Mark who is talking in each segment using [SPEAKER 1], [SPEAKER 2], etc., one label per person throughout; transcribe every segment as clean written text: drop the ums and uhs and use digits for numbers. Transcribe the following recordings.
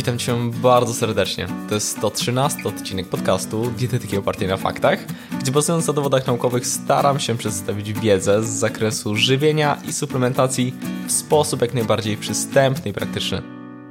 [SPEAKER 1] Witam Cię bardzo serdecznie. To jest 113 odcinek podcastu Dietetyki opartej na faktach, gdzie bazując na dowodach naukowych staram się przedstawić wiedzę z zakresu żywienia i suplementacji w sposób jak najbardziej przystępny i praktyczny.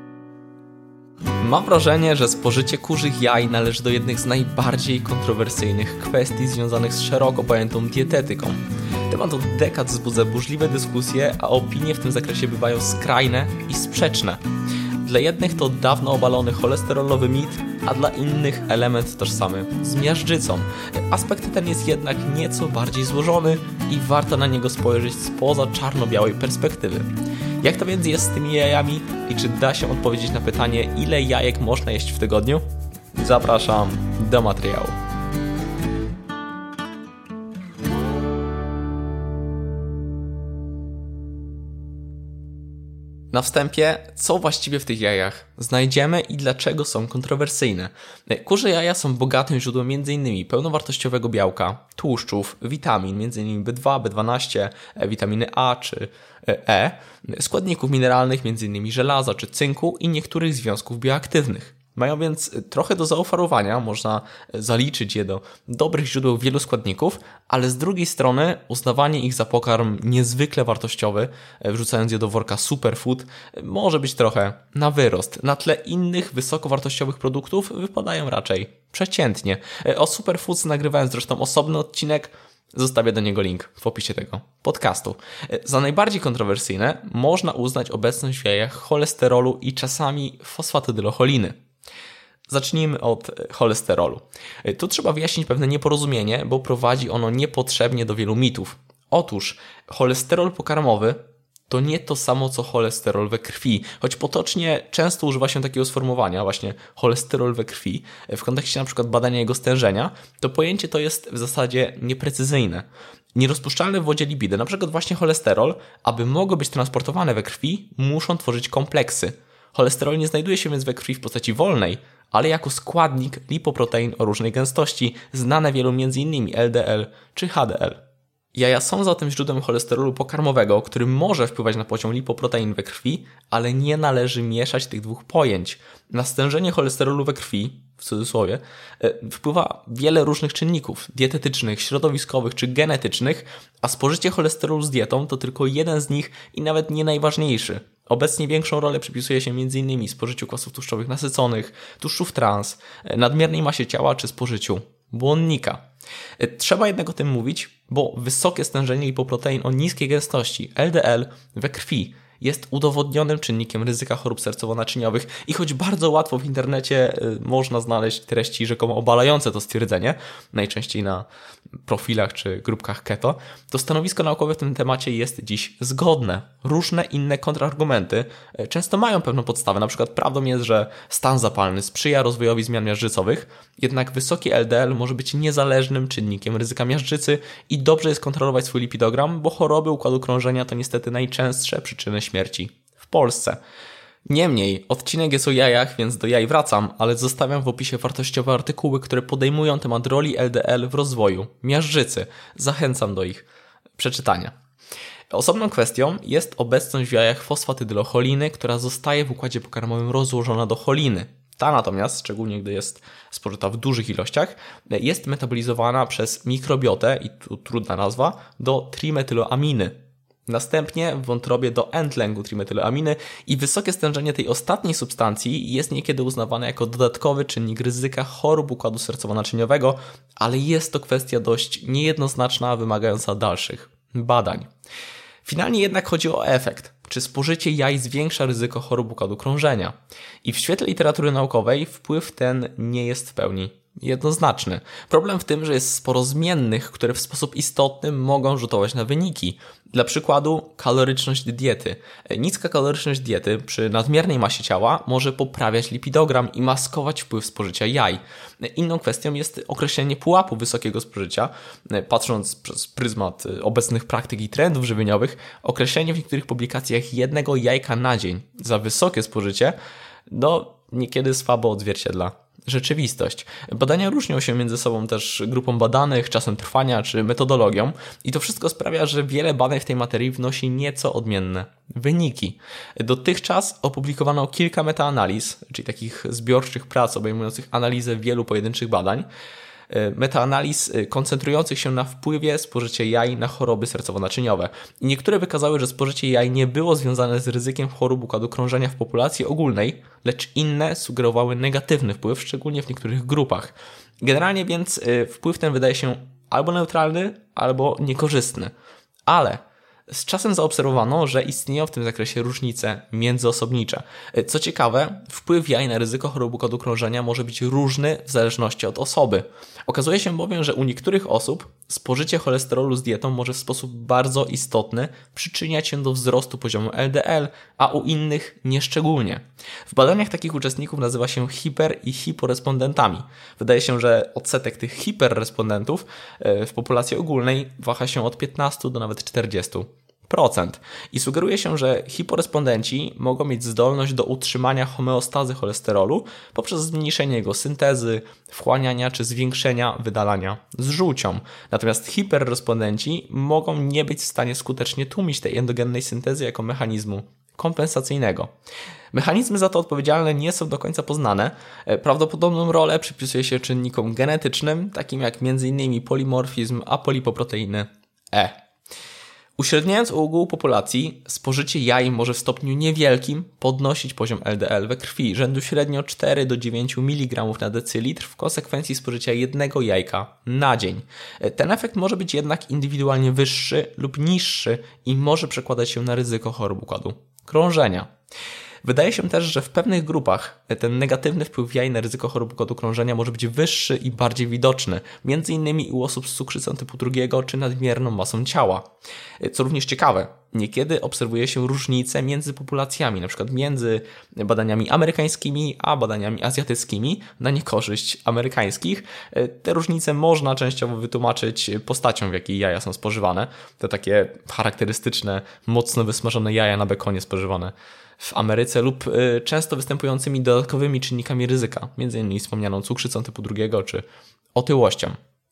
[SPEAKER 1] Mam wrażenie, że spożycie kurzych jaj należy do jednych z najbardziej kontrowersyjnych kwestii związanych z szeroko pojętą dietetyką. Temat od dekad wzbudza burzliwe dyskusje, a opinie w tym zakresie bywają skrajne i sprzeczne. Dla jednych to dawno obalony cholesterolowy mit, a dla innych element tożsamy z miażdżycą. Aspekt ten jest jednak nieco bardziej złożony i warto na niego spojrzeć spoza czarno-białej perspektywy. Jak to więc jest z tymi jajami i czy da się odpowiedzieć na pytanie, ile jajek można jeść w tygodniu? Zapraszam do materiału. Na wstępie, co właściwie w tych jajach znajdziemy i dlaczego są kontrowersyjne? Kurze jaja są bogatym źródłem m.in. pełnowartościowego białka, tłuszczów, witamin, m.in. B2, B12, witaminy A czy E, składników mineralnych, m.in. żelaza czy cynku i niektórych związków bioaktywnych. Mają więc trochę do zaoferowania, można zaliczyć je do dobrych źródeł wielu składników, ale z drugiej strony uznawanie ich za pokarm niezwykle wartościowy, wrzucając je do worka superfood, może być trochę na wyrost. Na tle innych wysokowartościowych produktów wypadają raczej przeciętnie. O superfoods nagrywałem zresztą osobny odcinek, zostawię do niego link w opisie tego podcastu. Za najbardziej kontrowersyjne można uznać obecność w jajach cholesterolu i czasami fosfatydylocholiny. Zacznijmy od cholesterolu. Tu trzeba wyjaśnić pewne nieporozumienie, bo prowadzi ono niepotrzebnie do wielu mitów. Otóż cholesterol pokarmowy to nie to samo co cholesterol we krwi, choć potocznie często używa się takiego sformułowania, właśnie cholesterol we krwi, w kontekście na przykład badania jego stężenia, to pojęcie to jest w zasadzie nieprecyzyjne. Nierozpuszczalne w wodzie lipidy, na przykład właśnie cholesterol, aby mogły być transportowane we krwi, muszą tworzyć kompleksy. Cholesterol nie znajduje się więc we krwi w postaci wolnej, ale jako składnik lipoprotein o różnej gęstości, znane wielu m.in. LDL czy HDL. Jaja są zatem źródłem cholesterolu pokarmowego, który może wpływać na poziom lipoprotein we krwi, ale nie należy mieszać tych dwóch pojęć. Na stężenie cholesterolu we krwi, w cudzysłowie, wpływa wiele różnych czynników dietetycznych, środowiskowych czy genetycznych, a spożycie cholesterolu z dietą to tylko jeden z nich i nawet nie najważniejszy. Obecnie większą rolę przypisuje się m.in. spożyciu kwasów tłuszczowych nasyconych, tłuszczów trans, nadmiernej masie ciała czy spożyciu błonnika. Trzeba jednak o tym mówić, bo wysokie stężenie lipoprotein o niskiej gęstości LDL we krwi jest udowodnionym czynnikiem ryzyka chorób sercowo-naczyniowych i choć bardzo łatwo w internecie można znaleźć treści rzekomo obalające to stwierdzenie, najczęściej na profilach czy grupkach keto, to stanowisko naukowe w tym temacie jest dziś zgodne. Różne inne kontrargumenty często mają pewną podstawę, na przykład prawdą jest, że stan zapalny sprzyja rozwojowi zmian miażdżycowych, jednak wysoki LDL może być niezależnym czynnikiem ryzyka miażdżycy i dobrze jest kontrolować swój lipidogram, bo choroby układu krążenia to niestety najczęstsze przyczyny śmierci w Polsce. Niemniej, odcinek jest o jajach, więc do jaj wracam, ale zostawiam w opisie wartościowe artykuły, które podejmują temat roli LDL w rozwoju miażdżycy. Zachęcam do ich przeczytania. Osobną kwestią jest obecność w jajach fosfatydylocholiny, która zostaje w układzie pokarmowym rozłożona do choliny. Ta natomiast, szczególnie gdy jest spożyta w dużych ilościach, jest metabolizowana przez mikrobiotę, i tu trudna nazwa, do trimetyloaminy. Następnie w wątrobie do N-tlenku trimetyloaminy i wysokie stężenie tej ostatniej substancji jest niekiedy uznawane jako dodatkowy czynnik ryzyka chorób układu sercowo-naczyniowego, ale jest to kwestia dość niejednoznaczna, wymagająca dalszych badań. Finalnie jednak chodzi o efekt. Czy spożycie jaj zwiększa ryzyko chorób układu krążenia? I w świetle literatury naukowej wpływ ten nie jest w pełni jednoznaczny. Problem w tym, że jest sporo zmiennych, które w sposób istotny mogą rzutować na wyniki. Dla przykładu kaloryczność diety. Niska kaloryczność diety przy nadmiernej masie ciała może poprawiać lipidogram i maskować wpływ spożycia jaj. Inną kwestią jest określenie pułapu wysokiego spożycia. Patrząc przez pryzmat obecnych praktyk i trendów żywieniowych, określenie w niektórych publikacjach jednego jajka na dzień za wysokie spożycie niekiedy słabo odzwierciedla rzeczywistość. Badania różnią się między sobą też grupą badanych, czasem trwania czy metodologią i to wszystko sprawia, że wiele badań w tej materii wnosi nieco odmienne wyniki. Dotychczas opublikowano kilka metaanaliz, czyli takich zbiorczych prac obejmujących analizę wielu pojedynczych badań, metaanaliz koncentrujących się na wpływie spożycia jaj na choroby sercowo-naczyniowe. I niektóre wykazały, że spożycie jaj nie było związane z ryzykiem chorób układu krążenia w populacji ogólnej, lecz inne sugerowały negatywny wpływ, szczególnie w niektórych grupach. Generalnie więc wpływ ten wydaje się albo neutralny, albo niekorzystny. Ale z czasem zaobserwowano, że istnieją w tym zakresie różnice międzyosobnicze. Co ciekawe, wpływ jaj na ryzyko chorób układu krążenia może być różny w zależności od osoby. Okazuje się bowiem, że u niektórych osób spożycie cholesterolu z dietą może w sposób bardzo istotny przyczyniać się do wzrostu poziomu LDL, a u innych nieszczególnie. W badaniach takich uczestników nazywa się hiper- i hiporespondentami. Wydaje się, że odsetek tych hiperrespondentów w populacji ogólnej waha się od 15 do nawet 40%. I sugeruje się, że hiporespondenci mogą mieć zdolność do utrzymania homeostazy cholesterolu poprzez zmniejszenie jego syntezy, wchłaniania czy zwiększenia wydalania z żółcią. Natomiast hiperrespondenci mogą nie być w stanie skutecznie tłumić tej endogennej syntezy jako mechanizmu kompensacyjnego. Mechanizmy za to odpowiedzialne nie są do końca poznane. Prawdopodobną rolę przypisuje się czynnikom genetycznym, takim jak m.in. polimorfizm apolipoproteiny E. Uśredniając u ogółu populacji, spożycie jaj może w stopniu niewielkim podnosić poziom LDL we krwi, rzędu średnio 4 do 9 mg na decylitr w konsekwencji spożycia jednego jajka na dzień. Ten efekt może być jednak indywidualnie wyższy lub niższy i może przekładać się na ryzyko chorób układu krążenia. Wydaje się też, że w pewnych grupach ten negatywny wpływ jaj na ryzyko chorób układu krążenia może być wyższy i bardziej widoczny, m.in. u osób z cukrzycą typu 2 czy nadmierną masą ciała. Co również ciekawe, niekiedy obserwuje się różnice między populacjami, np. między badaniami amerykańskimi a badaniami azjatyckimi na niekorzyść amerykańskich. Te różnice można częściowo wytłumaczyć postacią, w jakiej jaja są spożywane. To takie charakterystyczne, mocno wysmażone jaja na bekonie spożywane w Ameryce lub często występującymi dodatkowymi czynnikami ryzyka, m.in. wspomnianą cukrzycą typu 2 czy otyłością.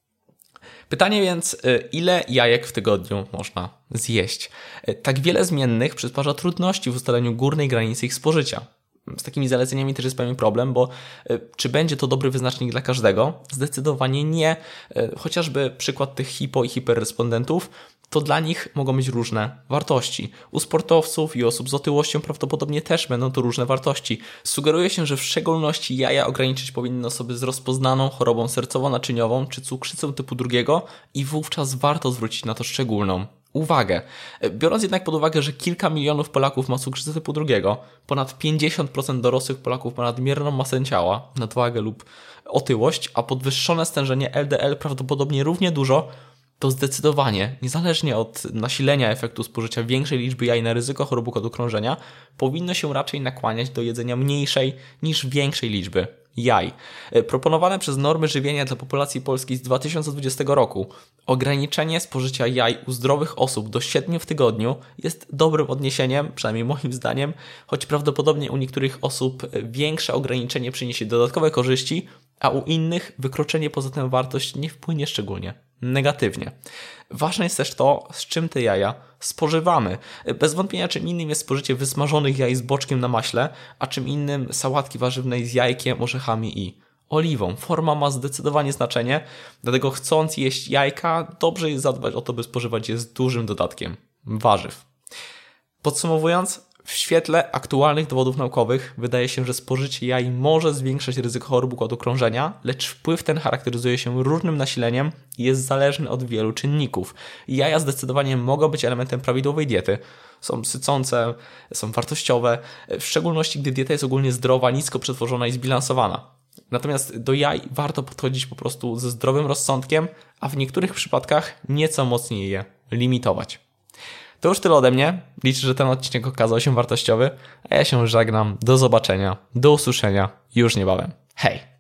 [SPEAKER 1] Pytanie więc, ile jajek w tygodniu można zjeść? Tak wiele zmiennych przysparza trudności w ustaleniu górnej granicy ich spożycia. Z takimi zaleceniami też jest pewien problem, bo czy będzie to dobry wyznacznik dla każdego? Zdecydowanie nie. Chociażby przykład tych hipo- i hiperrespondentów, to dla nich mogą być różne wartości. U sportowców i osób z otyłością prawdopodobnie też będą to różne wartości. Sugeruje się, że w szczególności jaja ograniczyć powinny osoby z rozpoznaną chorobą sercowo-naczyniową czy cukrzycą typu 2 i wówczas warto zwrócić na to szczególną uwagę. Biorąc jednak pod uwagę, że kilka milionów Polaków ma cukrzycę typu 2, ponad 50% dorosłych Polaków ma nadmierną masę ciała, nadwagę lub otyłość, a podwyższone stężenie LDL prawdopodobnie równie dużo, to zdecydowanie, niezależnie od nasilenia efektu spożycia większej liczby jaj na ryzyko chorób układu krążenia, powinno się raczej nakłaniać do jedzenia mniejszej niż większej liczby jaj. Proponowane przez normy żywienia dla populacji polskiej z 2020 roku ograniczenie spożycia jaj u zdrowych osób do 7 w tygodniu jest dobrym odniesieniem, przynajmniej moim zdaniem, choć prawdopodobnie u niektórych osób większe ograniczenie przyniesie dodatkowe korzyści, a u innych wykroczenie poza tę wartość nie wpłynie szczególnie negatywnie. Ważne jest też to, z czym te jaja spożywamy. Bez wątpienia czym innym jest spożycie wysmażonych jaj z boczkiem na maśle, a czym innym sałatki warzywnej z jajkiem, orzechami i oliwą. Forma ma zdecydowanie znaczenie, dlatego chcąc jeść jajka, dobrze jest zadbać o to, by spożywać je z dużym dodatkiem warzyw. Podsumowując, w świetle aktualnych dowodów naukowych wydaje się, że spożycie jaj może zwiększać ryzyko chorób układu krążenia, lecz wpływ ten charakteryzuje się różnym nasileniem i jest zależny od wielu czynników. Jaja zdecydowanie mogą być elementem prawidłowej diety. Są sycące, są wartościowe, w szczególności gdy dieta jest ogólnie zdrowa, nisko przetworzona i zbilansowana. Natomiast do jaj warto podchodzić po prostu ze zdrowym rozsądkiem, a w niektórych przypadkach nieco mocniej je limitować. To już tyle ode mnie. Liczę, że ten odcinek okazał się wartościowy, a ja się żegnam. Do zobaczenia, do usłyszenia już niebawem. Hej!